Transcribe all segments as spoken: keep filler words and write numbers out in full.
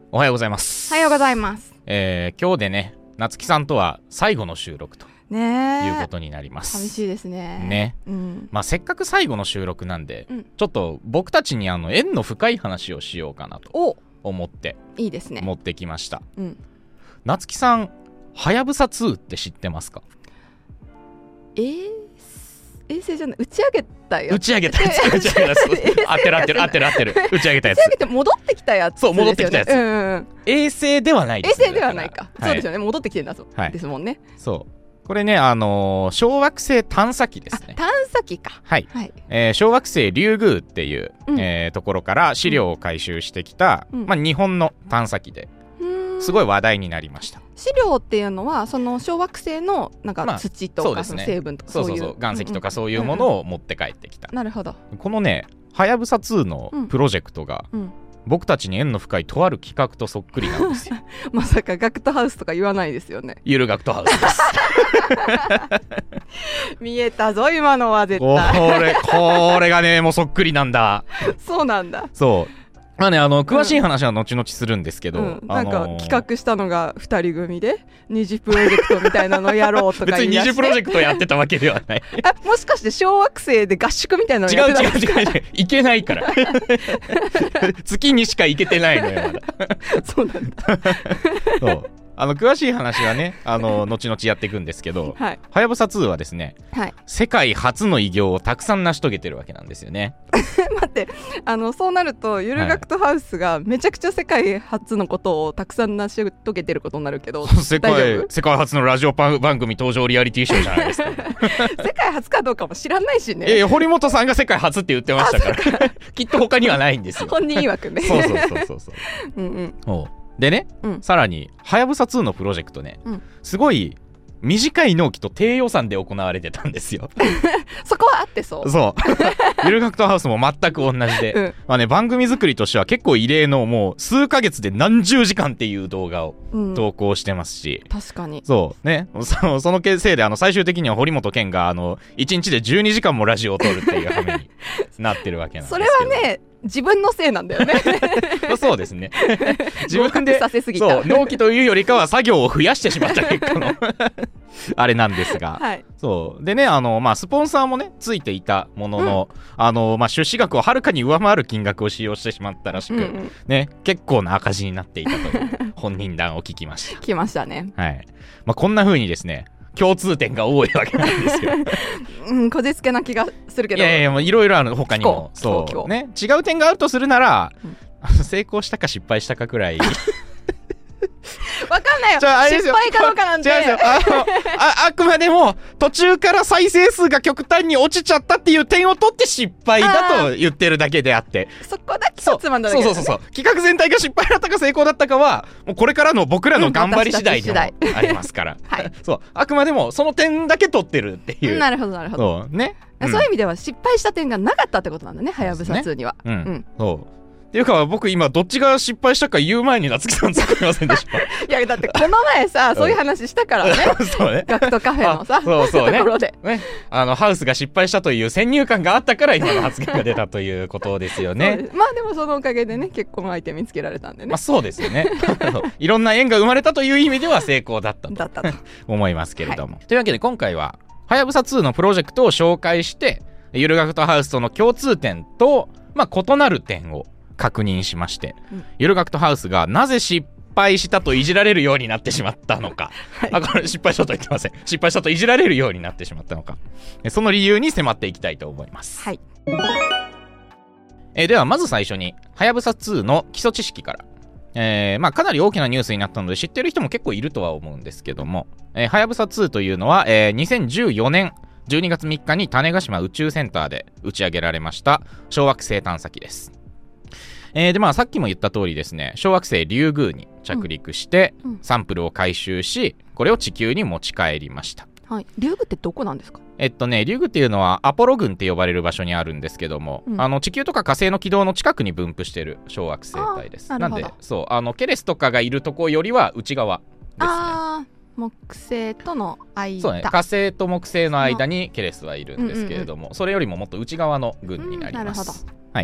おはようございます。 おはようございます。 えー、今日でね、夏希さんとは最後の収録とねいうことになります。 寂しいですね。 ね、 うん、 まあせっかく最後の収録なんで、うん、ちょっと僕たちにあの縁の深い話をしようかなと思っていいですね。 持ってきました。 うん、 夏希さん、はやぶさツーって知ってますか？ えー衛星じゃない、打ち上げたやつ。 打ち上げたやつ。打ち上げたやつ。合ってる合ってる合ってる合ってる。打ち上げたやつ。 打ち上げて戻ってきたやつ。 そう、戻ってきたやつ。 うんうん、 衛星ではないです、 ね。衛星ではないか。 はい、 そうですよね。戻ってきてるんだそう、 はい、 ですもんね。 そう。これね、あのー、小惑星探査機ですね。 探査機か。 はい。はい、えー、小惑星リュウグウっていう、うん、えー、ところから資料を回収してきた、うん、まあ、日本の探査機で、すごい話題になりました。 資料っていうのはその小惑星のなんか土とか、まあ、その成分とかそういう、 そうそうそう、岩石とかそういうものを持って帰ってきた、 うんうん、なるほど。 このねはやぶさツーのプロジェクトが、うんうん、僕たちに縁の深いとある企画とそっくりなんですよ。 まさかガクトハウスとか言わないですよね。 ゆるガクトハウスです。 見えたぞ今のは絶対。 これこれがねもうそっくりなんだ。 そうなんだ。 そうまあね、あの詳しい話は後々するんですけど、うんうん、なんか企画したのがふたり組で二次プロジェクトみたいなのをやろうとか言い出して。別に二次プロジェクトやってたわけではない。 あ、もしかして小惑星で合宿みたいなのやってたんですか？ 違う違う違う違う、行けないから月にしか行けてないのよまだ。 そうなんだ。 そうあの詳しい話はねあの後々やっていくんですけど、はい、はやぶさツーはですね、はい、世界初の偉業をたくさん成し遂げてるわけなんですよね。 待って、あのそうなるとゆるガクトハウスがめちゃくちゃ世界初のことをたくさん成し遂げてることになるけど、 世界世界初のラジオ番組登場リアリティショーじゃないですか。 世界初かどうかも知らないしね。 えー、堀本さんが世界初って言ってましたからきっと他にはないんですよ。 本人曰くね。 そうそうそうそうそう。うんうん。おうでね、うん、さらにはやぶさツーのプロジェクトね、うん、すごい短い納期と低予算で行われてたんですよ。 そこはあってそう。 そうゆるガクトハウスも全く同じで、うん、まあね、番組作りとしては結構異例のもう数ヶ月で何十時間っていう動画を投稿してますし、 うん、確かにそうね、その、そのせいであの最終的には堀本健があのいちにちでじゅうにじかんもラジオを撮るっていう羽目になってるわけなんですけど。 それはね自分のせいなんだよね。 そうですね。自分でさせすぎた。 そう納期というよりかは作業を増やしてしまった結果のあれなんですが、はい、そうでねあの、まあ、スポンサーもねついていたものの、うん、あのまあ、出資額をはるかに上回る金額を使用してしまったらしく、うんうん、ね、結構な赤字になっていたという本人談を聞きました。 聞きましたね。 はい、まあ、こんな風にですね共通点が多いわけなんですよ。 うん、こじつけな気がするけど。 いやいや、もういろいろある他にも。そうね、違う点があるとするなら、うん、成功したか失敗したかくらい。 わかんないよ。失敗かどうかなんて。違うんですよ。 あの、あ、あくまでも途中から再生数が極端に落ちちゃったっていう点を取って失敗だと言ってるだけであって。 そこだけ一つまんだだけ、ね、 そうそうそうそう。企画全体が失敗だったか成功だったかは、もうこれからの僕らの頑張り次第でもありますから。はい。そう。あくまでもその点だけ取ってるっていう。 なるほどなるほど。 そうね。 うん、そういう意味では失敗した点がなかったってことなんだね、はやぶさツーには。 うん。うん、そう。っていうか僕今どっちが失敗したか言う前に夏希さん作りませんでした？ いやだってこの前さそういう話したからね。そうね。ガクトカフェのさそうそう、ね、 ところで、 ね、あのハウスが失敗したという先入観があったから今の発言が出たということですよね。 まあでもそのおかげでね結婚相手見つけられたんでね。 まあそうですよね。いろんな縁が生まれたという意味では成功だったとだったと思いますけれども、はい、というわけで今回ははやぶさツーのプロジェクトを紹介してゆるガクトハウスとの共通点と、まあ、異なる点を確認しまして、うん、ゆるガクトハウスがなぜ失敗したといじられるようになってしまったのか、はい、あこれ失敗したと言ってません失敗したといじられるようになってしまったのか、その理由に迫っていきたいと思います。 はい、 えではまず最初にはやぶさツーの基礎知識から、えーまあ、かなり大きなニュースになったので知ってる人も結構いるとは思うんですけども、はやぶさツーというのは、えー、にせんじゅうよねんじゅうにがつみっかに種子島宇宙センターで打ち上げられました小惑星探査機です。えー、でまあさっきも言った通りですね、小惑星リュウグウに着陸して、うんうん、サンプルを回収しこれを地球に持ち帰りました。 はい、リュウグウってどこなんですか？ えっとねリュウグウっていうのはアポロ群って呼ばれる場所にあるんですけども、うん、あの地球とか火星の軌道の近くに分布している小惑星帯です。なんでそうあのケレスとかがいるところよりは内側ですね。 あ木星との間。 そうね、火星と木星の間にケレスはいるんですけれども、うんうんうん、それよりももっと内側の群になります。 うん、なるほど。 はい。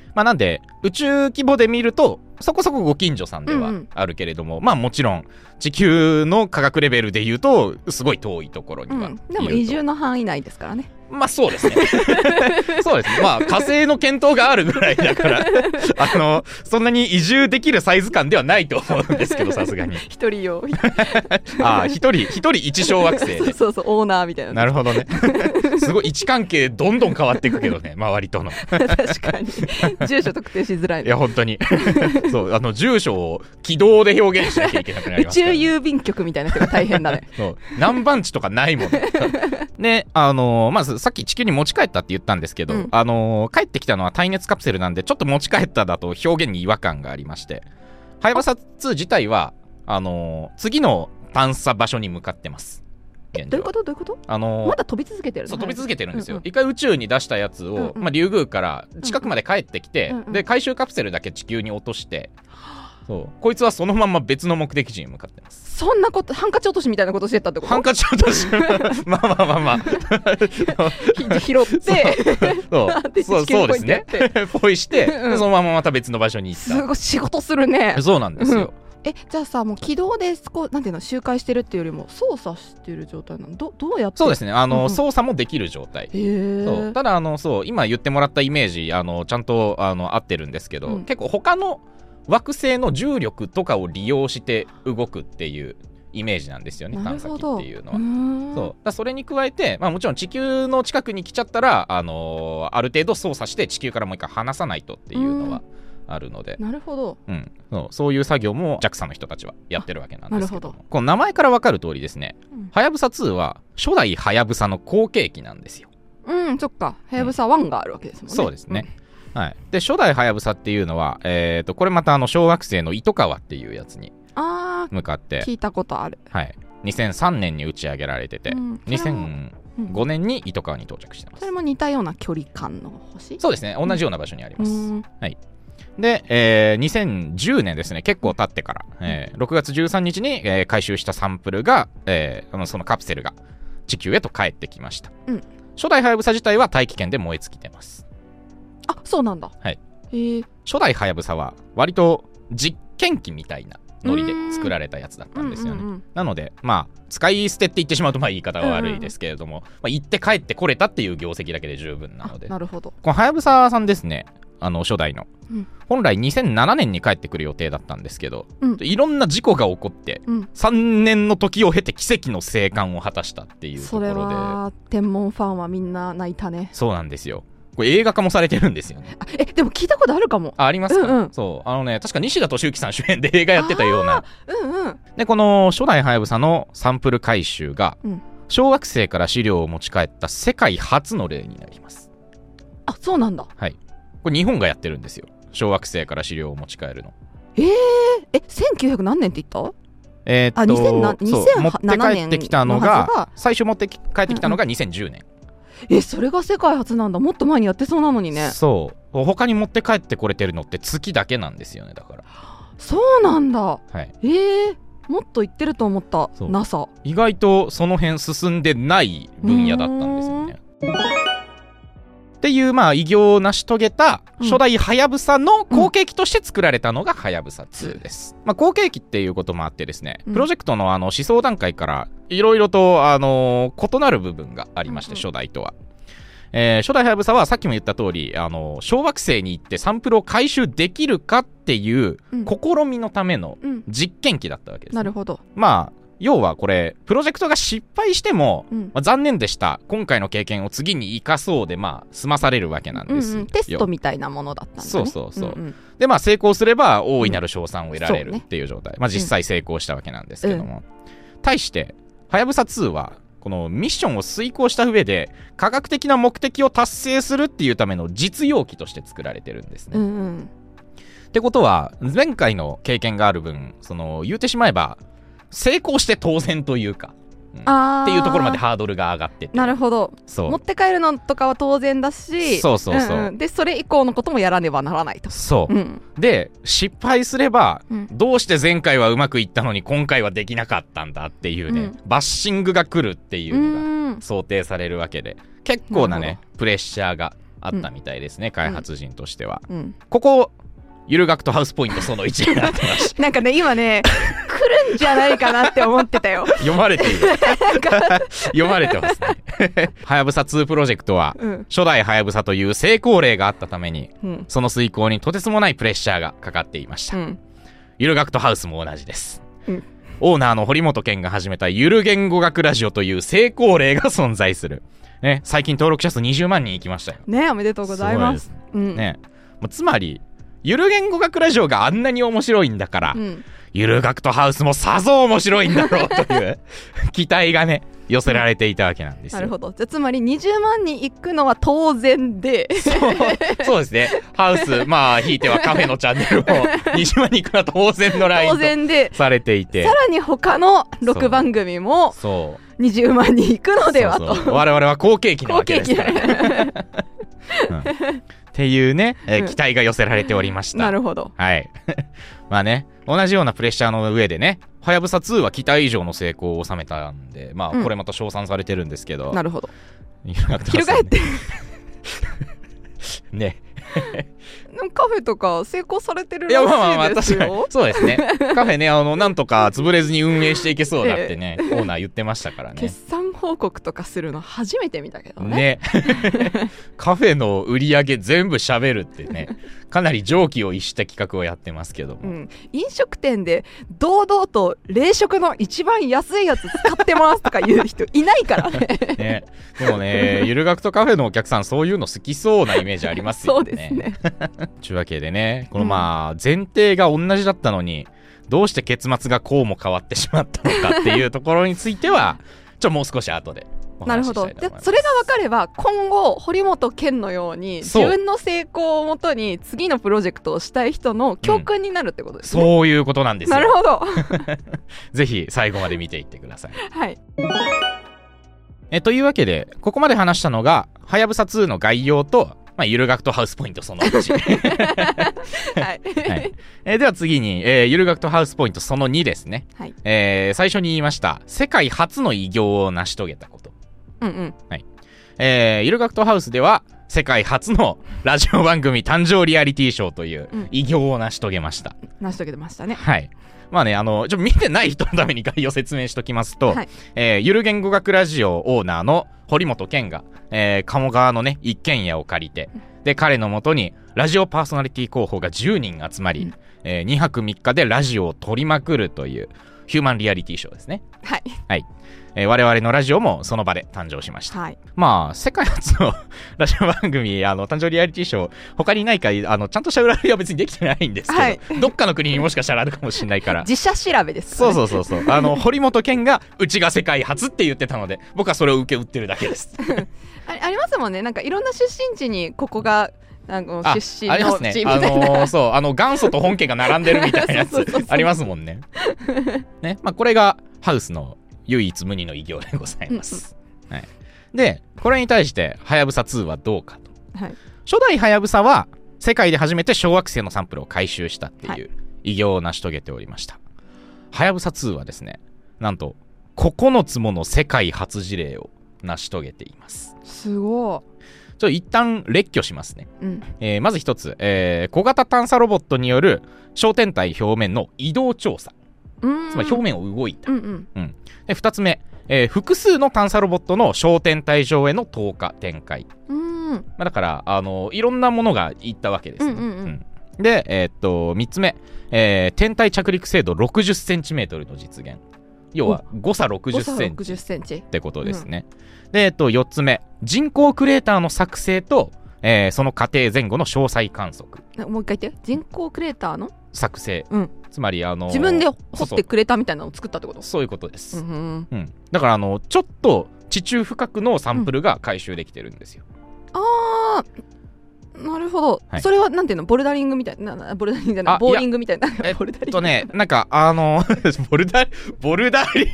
まあ、なんで宇宙規模で見るとそこそこご近所さんではあるけれども、うんうん、まあもちろん地球の科学レベルで言うとすごい遠いところには、うん、 でも移住の範囲内ですからね。 まあそうですねそうですね、まあ火星の検討があるぐらいだからあのそんなに移住できるサイズ感ではないと思うんですけど、さすがに一人用ああ一人一人一小惑星でそうそうそうオーナーみたいな。 なるほどねすごい位置関係どんどん変わっていくけどね周りとの確かに住所特定しづらい、ね、 いや本当にそうあの住所を軌道で表現しなきゃいけなくなりますから、ね、 宇宙郵便局みたいな人が大変だねそう何番地とかないもんねであのー、まずさっき地球に持ち帰ったって言ったんですけど、うん、あのー、帰ってきたのは耐熱カプセルなんでちょっと持ち帰っただと表現に違和感がありまして、はやぶさツー自体はあのー、次の探査場所に向かってます。 えどういうことどういうこと、 あのー、 まだ飛び続けてるの？ そう飛び続けてるんですよ、 うんうん、 一回宇宙に出したやつを、うんうん、まあ、リュウグウから近くまで帰ってきて、 うんうん、 で回収カプセルだけ地球に落として、そうこいつはそのまま別の目的地に向かってます。 そんなことハンカチ落としみたいなことしてたってこと？ ハンカチ落としまあまあまあまあ拾ってそうそうそうですねポイして、うん、そのまままた別の場所に行った。 すごい仕事するね。 そうなんですよ、うんえじゃあさもう軌道でこうなんていうの周回してるっていうよりも操作してる状態なの？ ど, どうやって？ そうですねあの、 うんうん、 操作もできる状態。 へそうただあのそう今言ってもらったイメージあのちゃんとあの合ってるんですけど、うん、結構他の惑星の重力とかを利用して動くっていうイメージなんですよね探査機っていうのは。そうだそれに加えて、まあ、もちろん地球の近くに来ちゃったら、あのー、ある程度操作して地球からもう一回離さないとっていうのはあるので。 なるほど、 うん、そうそういう作業も ジャクサ の人たちはやってるわけなんですけども、この名前から分かる通りですね、はやぶさツーは初代はやぶさの後継機なんですよ。 うんそっかはやぶさワンがあるわけですもんね、 うん、そうですね、うんはい、で初代はやぶさっていうのは、えー、とこれまたあの小惑星の糸川っていうやつに向かって聞いたことある、 はい、にせんさんねんに打ち上げられてて、うん、にせんごねんに糸川に到着してます。 それも似たような距離感の星？ そうですね同じような場所にあります、うんはいで、えー、にせんじゅうねんですね結構経ってから、えー、ろくがつじゅうさんにちに、えー、回収したサンプルが、えー、そのカプセルが地球へと帰ってきました、うん、初代はやぶさ自体は大気圏で燃え尽きてます。 あそうなんだ。 はいへー初代はやぶさは割と実験機みたいなノリで作られたやつだったんですよね、うんうんうん、なのでまあ使い捨てって言ってしまうとまあ言い方は悪いですけれども、うんうんまあ、行って帰ってこれたっていう業績だけで十分なので。 なるほど。 このはやぶささんですねあの初代の、うん、本来にせんななねんに帰ってくる予定だったんですけど、うん、いろんな事故が起こって、うん、さんねんの時を経て奇跡の生還を果たしたっていうところで。 それは天文ファンはみんな泣いたね。 そうなんですよ。これ映画化もされてるんですよね。 えでも聞いたことあるかも。 あ, ありますか、 うんうん、 そうあのね確か西田敏行さん主演で映画やってたような、 うんうん、 でこの初代はやぶさのサンプル回収が、うん、小惑星から資料を持ち帰った世界初の例になります。 あそうなんだ。 はいこれ日本がやってるんですよ小惑星から資料を持ち帰るの。 えー、えせんきゅうひゃく何年って言った？ えー、っとあにせんなな持って帰ってきたのが最初持って帰ってきたのがにせんじゅうねん、 うんうん、えそれが世界初なんだ。もっと前にやってそうなのにね。 そう他に持って帰ってこれてるのって月だけなんですよね。だからそうなんだ、 はい、 えー、もっと言ってると思った。 ナサ意外とその辺進んでない分野だったんですよね。っていうまあ偉業を成し遂げた初代はやぶさの後継機として作られたのがはやぶさツーです、うんまあ、後継機っていうこともあってですね、うん、プロジェクトのあの思想段階からいろいろとあの異なる部分がありまして、うん、初代とは、えー、初代はやぶさはさっきも言った通りあの小惑星に行ってサンプルを回収できるかっていう試みのための実験機だったわけです、ねうんうん、なるほど。 まあ要はこれプロジェクトが失敗しても、うんまあ、残念でした今回の経験を次に生かそうでまあ済まされるわけなんです、 うんうん、テストみたいなものだったんだね。 そうそうそう、うんうん、でまあ成功すれば大いなる賞賛を得られるっていう状態、うんねまあ、実際成功したわけなんですけども、うん、対してはやぶさツーはこのミッションを遂行した上で科学的な目的を達成するっていうための実用機として作られてるんですね、 うんうん、 ってことは前回の経験がある分その言うてしまえば成功して当然というか、うん、っていうところまでハードルが上がってて。 なるほど。そう持って帰るのとかは当然だしそうそうそう、 うんうん、でそれ以降のこともやらねばならないと。 そう、うん、で失敗すれば、うん、どうして前回はうまくいったのに今回はできなかったんだっていうね、うん、バッシングが来るっていうのが想定されるわけで結構なねプレッシャーがあったみたいですね、うん、開発陣としては、 うん、 ここゆるがくとハウスポイントそのいちになってましたなんかね今ね来るんじゃないかなって思ってたよ読まれている読まれてますねはやぶさツープロジェクトは、うん、初代はやぶさという成功例があったために、うん、その遂行にとてつもないプレッシャーがかかっていました、うん、ゆるがくとハウスも同じです、うん、オーナーの堀本健が始めたゆる言語学ラジオという成功例が存在する、ね、最近登録者数にじゅうまんにんいきましたよね。おめでとうございます。 うん、ね、つまりゆる言語学ラジオがあんなに面白いんだから、うん、ゆる学とハウスもさぞ面白いんだろうという期待がね寄せられていたわけなんですよ、 うん、なるほど。じゃあつまりにじゅうまんにん行くのは当然でそうそうですね。ハウスまあひいてはカフェのチャンネルもにじゅうまんにん行くのは当然のラインとされていて、 さらに他のろくばんぐみもそうにじゅうまんにん行くのではと。 そうそう、我々は好景気なわけですからうん、っていうね、えー、期待が寄せられておりました、 うん、なるほど。 はいまあね、同じようなプレッシャーの上でね、はやぶさツーは期待以上の成功を収めたんで、まあこれまた称賛されてるんですけど、 うん、なるほど。 翻ってねカフェとか成功されてるらしいですよ。いやまあまあ確かにそうですね。カフェね、あのなんとか潰れずに運営していけそうだってね、えー、オーナー言ってましたからね。 決算報告とかするの初めて見たけどね。 ねカフェの売り上げ全部喋るってね、かなり常軌を逸した企画をやってますけども、うん、 飲食店で堂々と冷食の一番安いやつ使ってますとか言う人いないからねね。でもね、ゆる学とカフェのお客さんそういうの好きそうなイメージありますよね。 そうですねというわけでね、このまあ前提が同じだったのに、どうして結末がこうも変わってしまったのかっていうところについてはちょっともう少し後でお話ししたいと思います。 なるほど。でそれが分かれば今後堀本健のように自分の成功をもとに次のプロジェクトをしたい人の教訓になるってことですね、 うん、そういうことなんですよ。 なるほどぜひ最後まで見ていってください。 はいえというわけでここまで話したのがはやぶさツーの概要と、まあ、ゆる学とハウスポイントそのいち、はいはいえー、では次に、えー、ゆる学とハウスポイントそのにですね、はいえー、最初に言いました世界初の偉業を成し遂げたこと、 うんうんはいえー、ゆる学とハウスでは世界初のラジオ番組誕生リアリティショーという偉業を成し遂げました、 うん、成し遂げてましたね。 はいまあね、あの、ちょっと見てない人のために概要説明しときますと、はいえー、ゆる言語学ラジオオーナーの堀本健が、えー、鴨川のね、一軒家を借りて、で、彼のもとに、ラジオパーソナリティ候補がじゅうにん集まり、うんえー、にはくみっかでラジオを撮りまくるという、ヒューマンリアリティショーですね。 はい。 はい。えー、我々のラジオもその場で誕生しました。 はい、 まあ世界初のラジオ番組あの誕生リアリティショー他にないかあのちゃんとした裏取りは別にできてないんですけど、はい、どっかの国にもしかしたらあるかもしれないから自社調べです、 ね、そうそうそうそうあの堀本健がうちが世界初って言ってたので僕はそれを受け売ってるだけですあ, ありますもんね。なんかいろんな出身地にここがなんか出身の地みたいなあ, ありますね。あのー、そうあの元祖と本家が並んでるみたいなやつありますもんね。ね、まあこれがハウスの唯一無二の偉業でございます、はい、でこれに対してはやぶさツーはどうかと、はい、初代はやぶさは世界で初めて小惑星のサンプルを回収したっていう偉業を成し遂げておりました。はやぶさツーはですねなんとここのつもの世界初事例を成し遂げています。 すごい。 ちょっと一旦列挙しますね、 うんえー、まず一つ、えー、小型探査ロボットによる小天体表面の移動調査、つまり表面を動いた、 うんうんうん、でふたつめ、えー、複数の探査ロボットの小天体上への投下展開、 うんまあ、だからあのいろんなものがいったわけですね、 うんうんうんうん、で、えー、っとみっつめ、えー、天体着陸精度ろくじゅっセンチメートルの実現、要は誤差ろくじゅっセンチってことですね、うん、で、えー、っとよっつめ人工クレーターの作成と、えー、その過程前後の詳細観測。 もう一回言って。人工クレーターの作成、 うん、 つまりあのー、 自分で掘ってくれたみたいなのを作ったってこと？ そういうことです、 うんうんうん、だからあのちょっと地中深くのサンプルが回収できてるんですよ、 うん、あーなるほど、はい、それはなんていうのボルダリングみたいなボルダリングじゃないボーリングみたいなえっとねなんかあのボルダボルダリング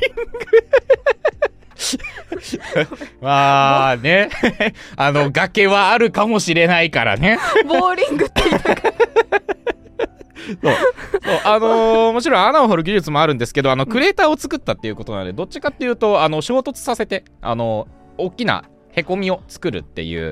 まあねあの崖はあるかもしれないからねボーリングって言ったからそうそうあのー、もちろん穴を掘る技術もあるんですけどあのクレーターを作ったっていうことなのでどっちかっていうとあの衝突させてあの大きなへこみを作るっていう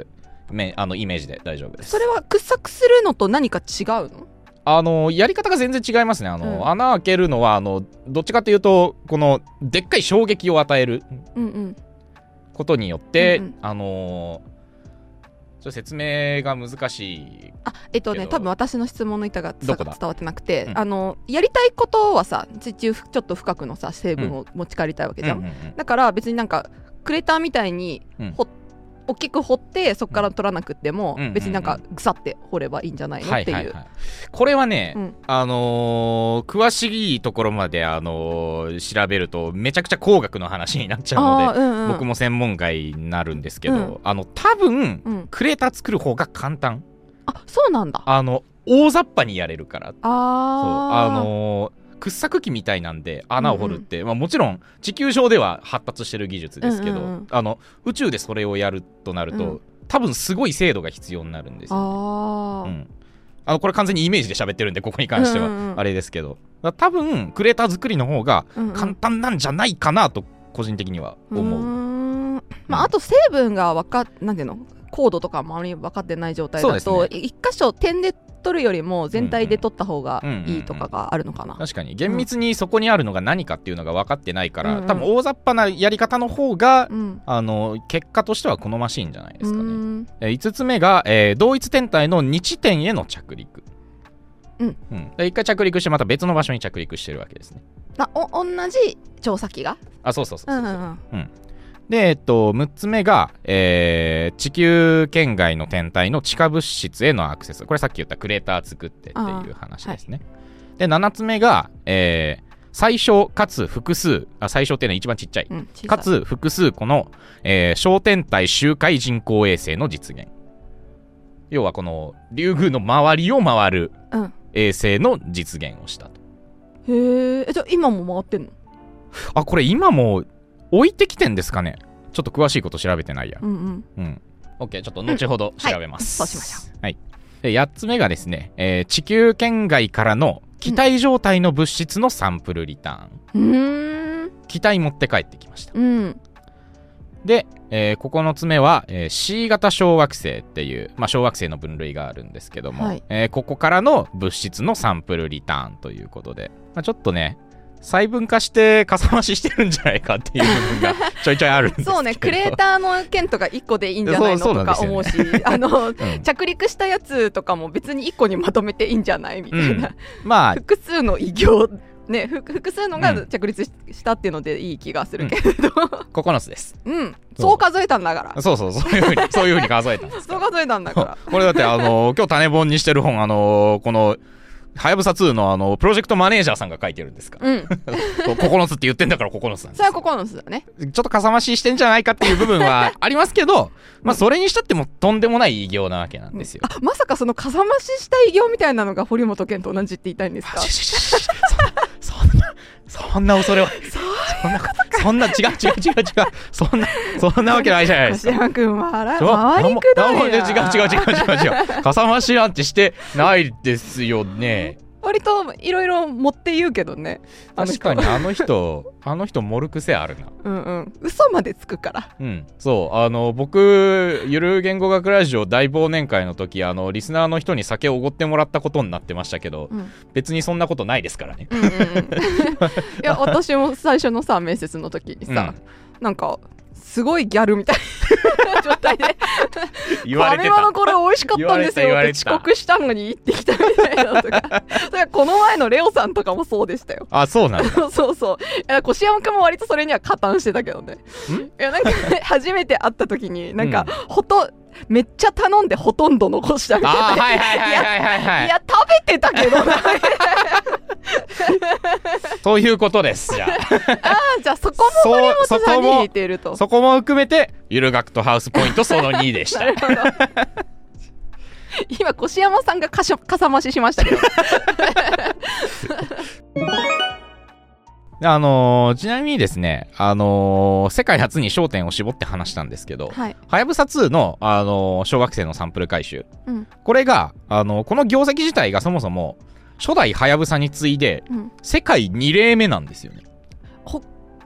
めあのイメージで大丈夫です。 それは掘削するのと何か違うの？ あのやり方が全然違いますね。あの、 うん、 穴開けるのはあのどっちかというとこのでっかい衝撃を与えることによって、うんうん、あのちょっと説明が難しい。 あえっとね多分私の質問の板が伝わってなくて、 うん、 あのやりたいことはさ地中ちょっと深くのさ成分を持ち帰りたいわけじゃん、うんうんうんうん、だから別になんかクレーターみたいに掘っ、うん、大きく掘ってそこから取らなくても、うん、別になんかぐさって掘ればいいんじゃないの、うんうんうん、っていう、はいはいはい、 これはね、うん、あのー、詳しいところまで、あのー、調べるとめちゃくちゃ工学の話になっちゃうので、うんうん、僕も専門外になるんですけど、うん、あの多分、うん、クレーター作る方が簡単。 あ、そうなんだ。 あの大雑把にやれるから。あそうあのー掘削機みたいなんで穴を掘るって、うんうんまあ、もちろん地球上では発達してる技術ですけど、うんうんうん、あの宇宙でそれをやるとなると、うん、多分すごい精度が必要になるんですよ、ね、 あ、 うん、あのこれ完全にイメージで喋ってるんでここに関してはあれですけど、うんうん、多分クレーター作りの方が簡単なんじゃないかなと個人的には思う、 うんまあ、あと成分が分かなんていうの高度とかもあまり分かってない状態だと、ね、一箇所点で取るよりも全体で取った方がいいとかがあるのかな、 うんうんうん、確かに厳密にそこにあるのが何かっていうのが分かってないから、うん、多分大雑把なやり方の方が、うん、あの結果としては好ましいんじゃないですかね、うん、えいつつめが、えー、同一天体のに地点への着陸、 うんうん、で一回着陸してまた別の場所に着陸してるわけですね。 あお同じ調査機があそうそうそうそうそう、うんうんうんうんで、えっと、むっつめが、えー、地球圏外の天体の地下物質へのアクセス。これさっき言ったクレーター作ってっていう話ですね。はい、で、ななつめが、えー、最小かつ複数、あ、最小っていうのは一番ちっちゃい。うん、小さいかつ複数個の、えー、小天体周回人工衛星の実現。要はこの、リュウグウの周りを回る衛星の実現をしたと。 うん、へー。じゃあ今も回ってんの？ あ、これ今も、置いてきてんですかね。ちょっと詳しいこと調べてないや。 うんうん。 うん。OK、ちょっと後ほど調べます。 うんはい、そうしましょう。 はい。で、やっつめがですね、えー、地球圏外からの気体状態の物質のサンプルリターン。 うーん。 気体持って帰ってきました。 うん。 で、えー、ここのつめは、えー、シー 型小惑星っていう、まあ、小惑星の分類があるんですけども、はいえー、ここからの物質のサンプルリターンということで、まあ、ちょっとね、細分化してかさ増ししてるんじゃないかっていう部分がちょいちょいあるんですけどそうねクレーターの件とかいっこでいいんじゃないのとか思うしあの、うん、着陸したやつとかも別にいっこにまとめていいんじゃないみたいな、うん、まあ複数の偉業ね複数のが着陸したっていうのでいい気がするけれど、うん、 ここのつですうんそう数えたんだからそうそうそういうふうにそういうふうに数えたんですそう数えたんだからこれだってあの今日種本にしてる本あのこのはやぶさツーのあのプロジェクトマネージャーさんが書いてるんですから、うん、ここのつって言ってんだからここのつなんです。 それはここのつだね。 ちょっとかさ増ししてんじゃないかっていう部分はありますけど、まあそれにしたってもとんでもない偉業なわけなんですよ。 うん、あまさかそのかさ増しした偉業みたいなのが堀本健と同じって言いたいんですか？ そんなそんな恐れはそんなそんな違う違う違う違うそんなそんなわけないじゃないですか。 星山君回りくどいな。 違う違う違う違う違うかさ増しなんてしてないですよね。 割といろいろ持って言うけどね。 確かにあの人あの人盛る癖あるな。 うんうん嘘までつくから。 うんそうあの僕ゆる言語学ラジオ大忘年会の時あのリスナーの人に酒をおごってもらったことになってましたけど、うん、別にそんなことないですからね。うんうんうん、いや私も最初のさ面接の時にさ、うん、なんかすごいギャルみたいな状態で言われてたファミマのこれ美味しかったんですよって遅刻したのに行ってきたみたいなとかそれこの前のレオさんとかもそうでしたよ。 あそうなんだそうそういや越山君も割とそれには加担してたけどね。いやなんか、ね、初めて会った時になんか、うん、ほとめっちゃ頼んでほとんど残したみたいな。 あはいはいはいはいはい、はい、 いや食べてたけどなそういうことですじゃああじゃあそこも堀本さんに似ているとそ, そこも含めてゆる学とハウスポイントそのにでしたなるほど今越山さんがかしかさ増ししましたけどあのー、ちなみにですね、あのー、世界初に焦点を絞って話したんですけど、はやぶさツーの、あのー、小惑星のサンプル回収、うん、これが、あのー、この業績自体がそもそも初代はやぶさに次いで、うん、世界に例目なんですよね。 ほ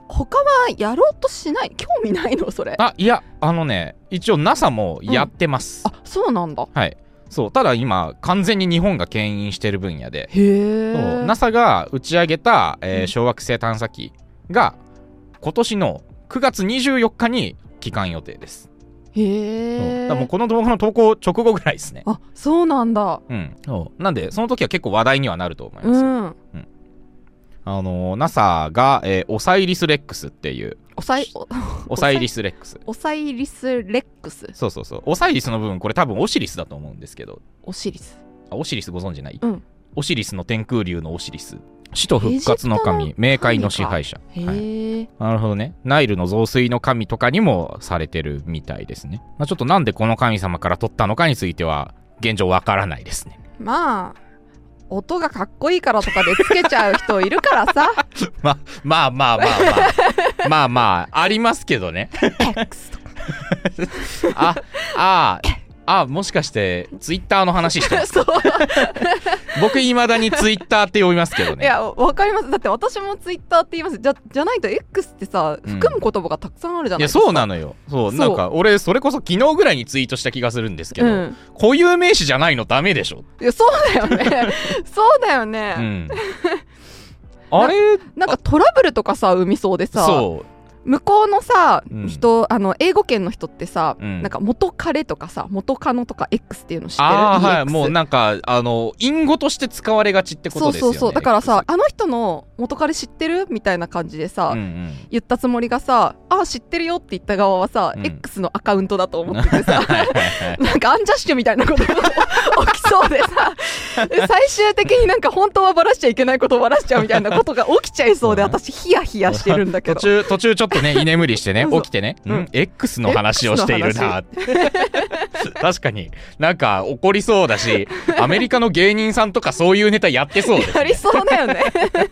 他はやろうとしない、興味ないのそれ？ あ、いや、あのね、一応 ナサ もやってます、 うん、あ、そうなんだ。 はい。そう、ただ今完全に日本が牽引してる分野で、 へー、ナサ が打ち上げた、えー、小惑星探査機が今年のくがつにじゅうよっかに帰還予定です。 へえ。 だもうこの動画の投稿直後ぐらいですね。 あ、そうなんだ。 うん。そうなんでその時は結構話題にはなると思います。うん。うん、あのー、ナサ が、えー、オサイリスレックスっていう。 オサイオサイリスレックス。 オサイリスレックス。 そうそうそう。オサイリスの部分これ多分オシリスだと思うんですけど。 オシリス。 あ、オシリスご存知ない？ うん。 オシリスの天空竜のオシリス。死と復活の神、冥界の支配者。 へー、はい、 なるほどね。ナイルの増水の神とかにもされてるみたいですね。まあ、ちょっとなんでこの神様から取ったのかについては現状わからないですね。 まあ音がかっこいいからとかでつけちゃう人いるからさままあまあまあまあまあまあありますけどね X とかあああ、もしかしてツイッターの話してますか？僕いまだにツイッターって呼びますけどね。 いや、わかります。だって私もツイッターって言います。じゃ、じゃないと X ってさ、含む言葉がたくさんあるじゃないですか。 いや、そうなのよ。そう、なんか俺それこそ昨日ぐらいにツイートした気がするんですけど、うん、固有名詞じゃないのダメでしょ。 いや、そうだよねそうだよね、うん、 あれな, なんかトラブルとかさ生みそうでさ、 そう向こうのさ、 うん、 人あの英語圏の人ってさ、うん、なんか元彼とかさ元カノとか X っていうの知ってる？ ああ、はい、もうなんかあの隠語として使われがちってことですよね。 そうそうそう。だからさ、あの人の元彼知ってるみたいな感じでさ、うんうん、言ったつもりがさ、あ知ってるよって言った側はさ、うん、X のアカウントだと思っててさなんかアンジャッシュみたいなことが起きそうでさ最終的になんか本当はバラしちゃいけないことをバラしちゃうみたいなことが起きちゃいそうで、私ヒヤヒヤしてるんだけど途中途中ちょっとね居眠りしてね起きてね、うん、X の話をしているな確かになんか怒りそうだし、アメリカの芸人さんとかそういうネタやってそうです、ね、 やりそうだよね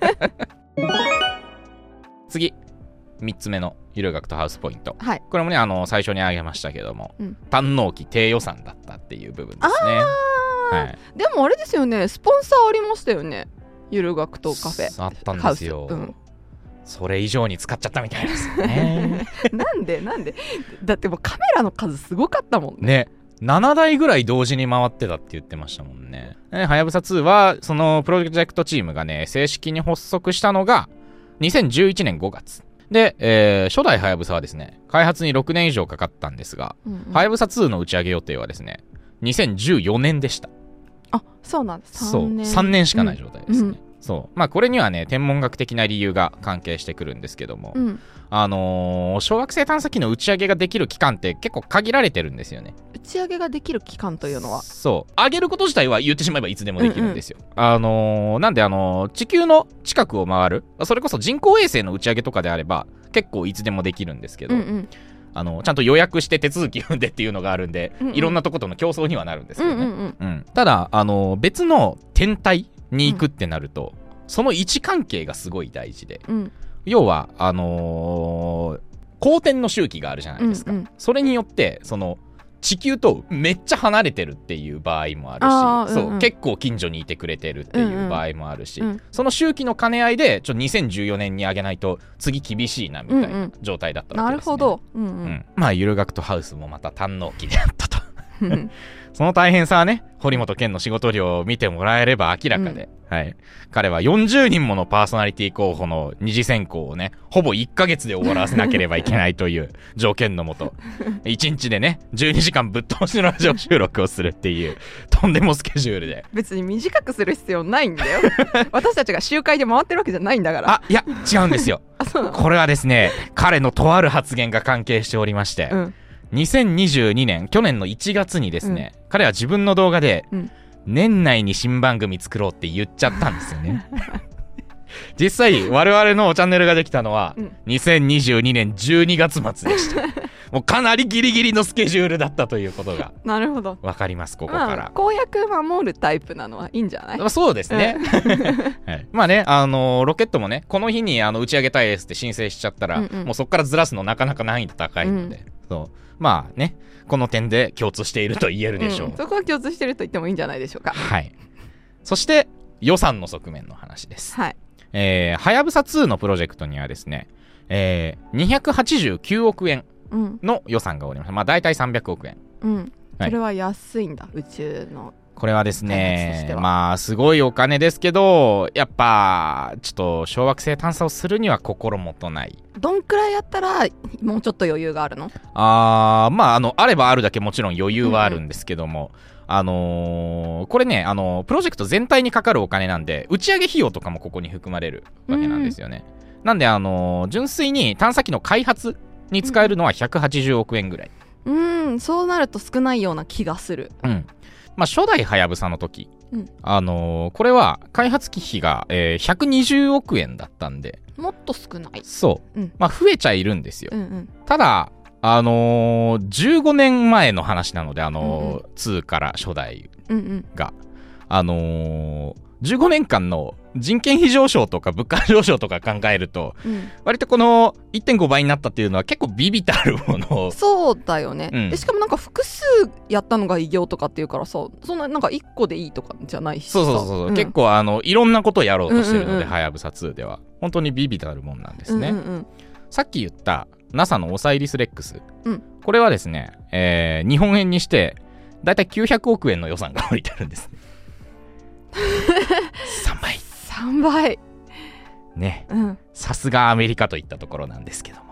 次みっつめのゆる学とハウスポイント、 はい、 これもねあの最初に挙げましたけども、うん、堪能期低予算だったっていう部分ですね。 はい、でもあれですよね、スポンサーありましたよね、ゆる学とカフェあったんですよ、うん、それ以上に使っちゃったみたいですねなんでなんでだってもうカメラの数すごかったもんね。 ね、ななだいぐらい同時に回ってたって言ってましたもんね。はやぶさツーはそのプロジェクトチームがね正式に発足したのがにせんじゅういちねんごがつで、えー、初代はやぶさはですね開発にろくねん以上かかったんですが、はやぶさツーの打ち上げ予定はですねにせんじゅうよねんでした。 あ、そうなんです。 そうさんねんしかない状態ですね、うんうん、そうまあこれにはね天文学的な理由が関係してくるんですけども、うん、あのー、小惑星探査機の打ち上げができる期間って結構限られてるんですよね。 打ち上げができる期間というのは、 そう上げること自体は言ってしまえばいつでもできるんですよ、うんうん、あのー、なんであのー、地球の近くを回るそれこそ人工衛星の打ち上げとかであれば結構いつでもできるんですけど、うんうん、あのちゃんと予約して手続き踏んでっていうのがあるんで、うんうん、いろんなとことの競争にはなるんですけどね、うんうんうん、ただあの別の天体に行くってなると、うん、その位置関係がすごい大事で、うん、要はあのー、公転の周期があるじゃないですか、うんうん、それによってその地球とめっちゃ離れてるっていう場合もあるし、そう、うんうん、結構近所にいてくれてるっていう場合もあるし、うんうん、その周期の兼ね合いでちょにせんじゅうよねんに上げないと次厳しいなみたいな状態だったわけですね、 うんうん、なるほど、うんうんうん、 まあゆる学とハウスもまた堪能期であったとその大変さはね堀本健の仕事量を見てもらえれば明らかで、うん、はい、彼はよんじゅうにんものパーソナリティ候補の二次選考をねほぼいっかげつで終わらせなければいけないという条件のもといちにちでねじゅうにじかんぶっ通しのラジオ収録をするっていうとんでもスケジュールで、 別に短くする必要ないんだよ私たちが集会で回ってるわけじゃないんだから。 あ、いや違うんですよこれはですね彼のとある発言が関係しておりまして、うん、にせんにじゅうにねん去年のいちがつにですね、うん、彼は自分の動画で、うん、年内に新番組作ろうって言っちゃったんですよね実際我々のチャンネルができたのは、うん、にせんにじゅうにねんじゅうにがつまつでしたもうかなりギリギリのスケジュールだったということがなるほどわかります。ここから、まあ、 公約守るタイプなのはいいんじゃない？ まあ、そうですね、はい、まあねあのー、ロケットもねこの日にあの打ち上げたいですって申請しちゃったら、うんうん、もうそこからずらすのなかなか難易度高いので、うん、そうまあねこの点で共通していると言えるでしょう、うん、 そこは共通していると言ってもいいんじゃないでしょうか。 はい。そして予算の側面の話です。 はい。 えー、はやぶさツーのプロジェクトにはですねえー、にひゃくはちじゅうきゅうおくえんの予算がおりました。まあ大体さんびゃくおくえん。 うん。それは安いんだ、はい、宇宙の。 これはですね、まあすごいお金ですけど、やっぱちょっと小惑星探査をするには心もとない。 どんくらいやったらもうちょっと余裕があるの？ あー、まああのあればあるだけもちろん余裕はあるんですけども、うん、あのー、これね、あのー、プロジェクト全体にかかるお金なんで、打ち上げ費用とかもここに含まれるわけなんですよね。うん、なんであのー、純粋に探査機の開発に使えるのはひゃくはちじゅうおくえんぐらい。 うん、うん、そうなると少ないような気がする。 うん。まあ、初代はやぶさの時、うん、あのー、これは開発機費が、えー、ひゃくにじゅうおくえんだったんで、 もっと少ない。 そう、うん、まあ増えちゃいるんですよ。 うんうん、 ただあのー、じゅうごねんまえの話なので、あのーうんうん、にから初代が、うんうん、あのー、じゅうごねんかんの人件費上昇とか物価上昇とか考えると、うん、割とこの いってんご 倍になったっていうのは結構ビビたるもの。 そうだよね、うん、でしかもなんか複数やったのが偉業とかっていうからさ、そんななんかいっこでいいとかじゃないしさ。 そうそうそう、うん、結構あのいろんなことをやろうとしてるので、はやぶさツーでは本当にビビたるもんなんですね、うんうんうん、さっき言った ナサ のオサイリスレックス、うん、これはですね、えー、日本円にしてだいたいきゅうひゃくおくえんの予算が降りてるんですねさんばいさんばいね、さすがアメリカといったところなんですけども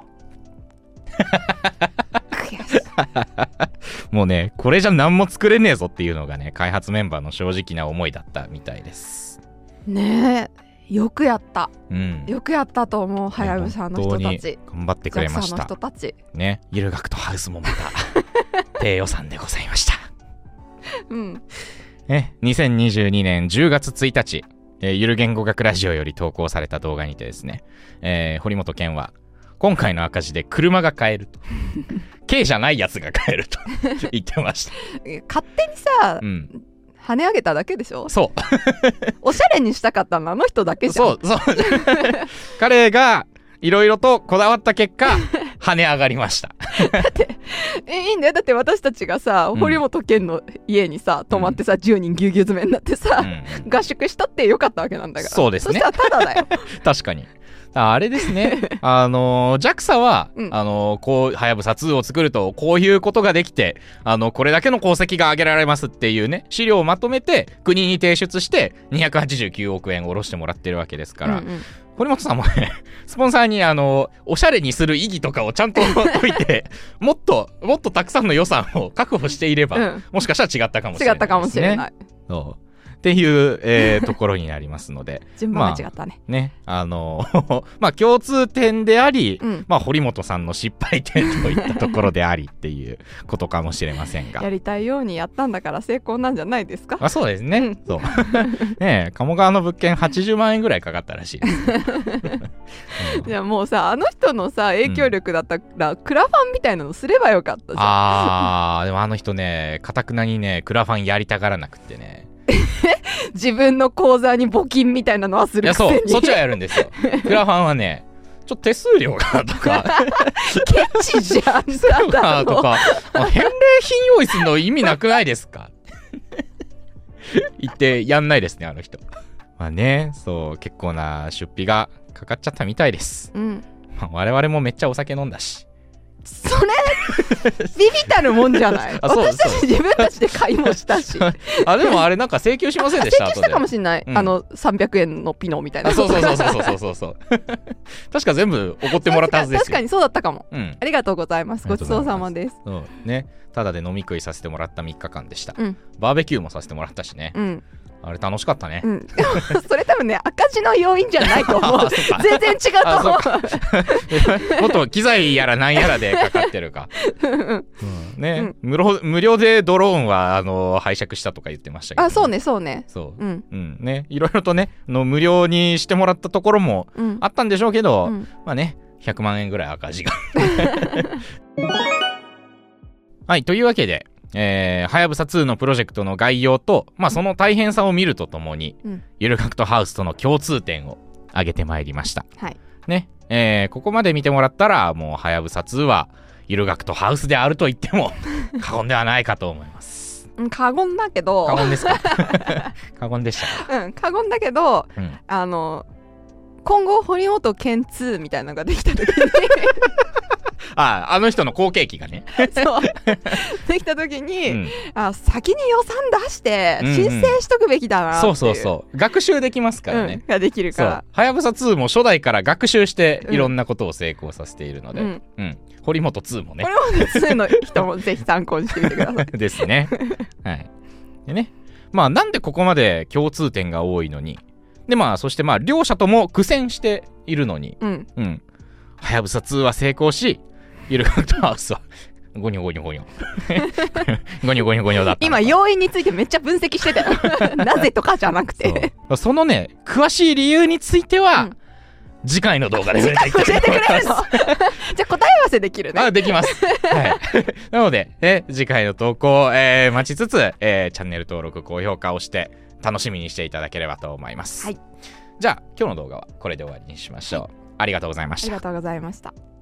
もうね、これじゃ何も作れねえぞっていうのがね、開発メンバーの正直な思いだったみたいですね。え、よくやった、うん、よくやったと思う。はやぶさの人たち頑張ってくれました。 ジャクサの人たちね、ゆるがくとハウスもまた低予算でございましたうんね、にせんにじゅうにねんじゅうがつついたち、えー、ゆる言語学ラジオより投稿された動画にてですね、えー、堀本健は今回の赤字で車が買えると軽じゃないやつが買えると言ってました勝手にさ、うん、跳ね上げただけでしょ。 そうおしゃれにしたかったのあの人だけじゃん。 そうそう彼がいろいろとこだわった結果跳ね上がりましただってえいいんだよ。だって私たちがさ、うん、堀本健の家にさ泊まってさ、うん、じゅうにんぎゅうぎゅう詰めになってさ、うん、合宿したってよかったわけなんだから。 そうですね。 そしたらただだよ確かにあれですねあの ジャクサ は、うん、あのこうはやぶさツーを作るとこういうことができて、あのこれだけの功績が挙げられますっていうね資料をまとめて国に提出してにひゃくはちじゅうきゅうおくえん下ろしてもらってるわけですから、うんうん、堀本さんもねスポンサーにあのおしゃれにする意義とかをちゃんと置いてもっともっとたくさんの予算を確保していれば、うん、もしかしたら違ったかもしれないですね。 違ったかもしれない。 そうっていう、えー、ところになりますので順番間違ったね、 まあ、ねあのまあ共通点であり、うん、まあ堀本さんの失敗点といったところでありっていうことかもしれませんがやりたいようにやったんだから成功なんじゃないですか。 あ、そうですね、うん、そうねえ鴨川の物件はちじゅうまんえんぐらいかかったらしいですじゃあもうさあの人のさ影響力だったら、うん、クラファンみたいなのすればよかったじゃん。 あーでもあの人ねかたくなにねクラファンやりたがらなくってね自分の口座に募金みたいなのはするくせに。 いやそうそっちはやるんですよクラファンはねちょっと手数料がとかケチじゃん手数料がとか返礼品用意するの意味なくないですか言ってやんないですねあの人。まあねそう結構な出費がかかっちゃったみたいです、うんまあ、我々もめっちゃお酒飲んだしそれビビたるもんじゃない私たち自分たちで買いもしたしあでもあれなんか請求しませんでした？ 請求したかもしれない、うん、あのさんびゃくえんのピノみたいな。 そうそうそうそうそうそうそう確か全部おごってもらったはずですよ。 確かにそうだったかも、うん、ありがとうございます。ごちそうさまです。 そうねただで飲み食いさせてもらったみっかかんでした、うん、バーベキューもさせてもらったしね、うんあれ楽しかったね、うん、 それ多分ね赤字の要因じゃないと思う全然違うと思うもっと機材やらなんやらでかかってるか、うんねうん、無料無料でドローンはあの拝借したとか言ってましたけど、ね、 あそうねそうねそう、うんうん、ねいろいろとねの無料にしてもらったところもあったんでしょうけど、うん、まあねひゃくまんえんぐらい赤字がはいというわけでえー、はやぶさツーのプロジェクトの概要と、まあ、その大変さを見るとともに、うん、ゆるがくとハウスとの共通点を挙げてまいりました、はいねえー、ここまで見てもらったらもうはやぶさツーはゆるがくとハウスであると言っても過言ではないかと思います。 過言だけど過言ですか過言でしたか。 うん過言だけど、うん、あの今後堀本健にみたいなのができた時にああ、あの人の後継機がねそうできた時に、うん、あ先に予算出して申請しとくべきだなっていう、うんうん、そうそうそう学習できますからね、 うん、ができるからはやぶさツーも初代から学習していろんなことを成功させているので、うんうん、堀本ツーもね堀本ツーの人もぜひ参考にしてみてくださいですねはいでねまあなんでここまで共通点が多いのにでまあそしてまあ両者とも苦戦しているのにうんうんはやぶさツーは成功しゆるかくとハウスはゴニョゴニョゴニョゴニョゴニョゴニョだった今要因についてめっちゃ分析してたよなぜとかじゃなくてそ, そのね詳しい理由については、うん、次回の動画で教えてくれるのじゃあ答え合わせできるねあできます、はい、なので、え次回の投稿、えー、待ちつつ、えー、チャンネル登録高評価をして楽しみにしていただければと思います、はい、じゃあ今日の動画はこれで終わりにしましょう、はい、ありがとうございましたありがとうございました。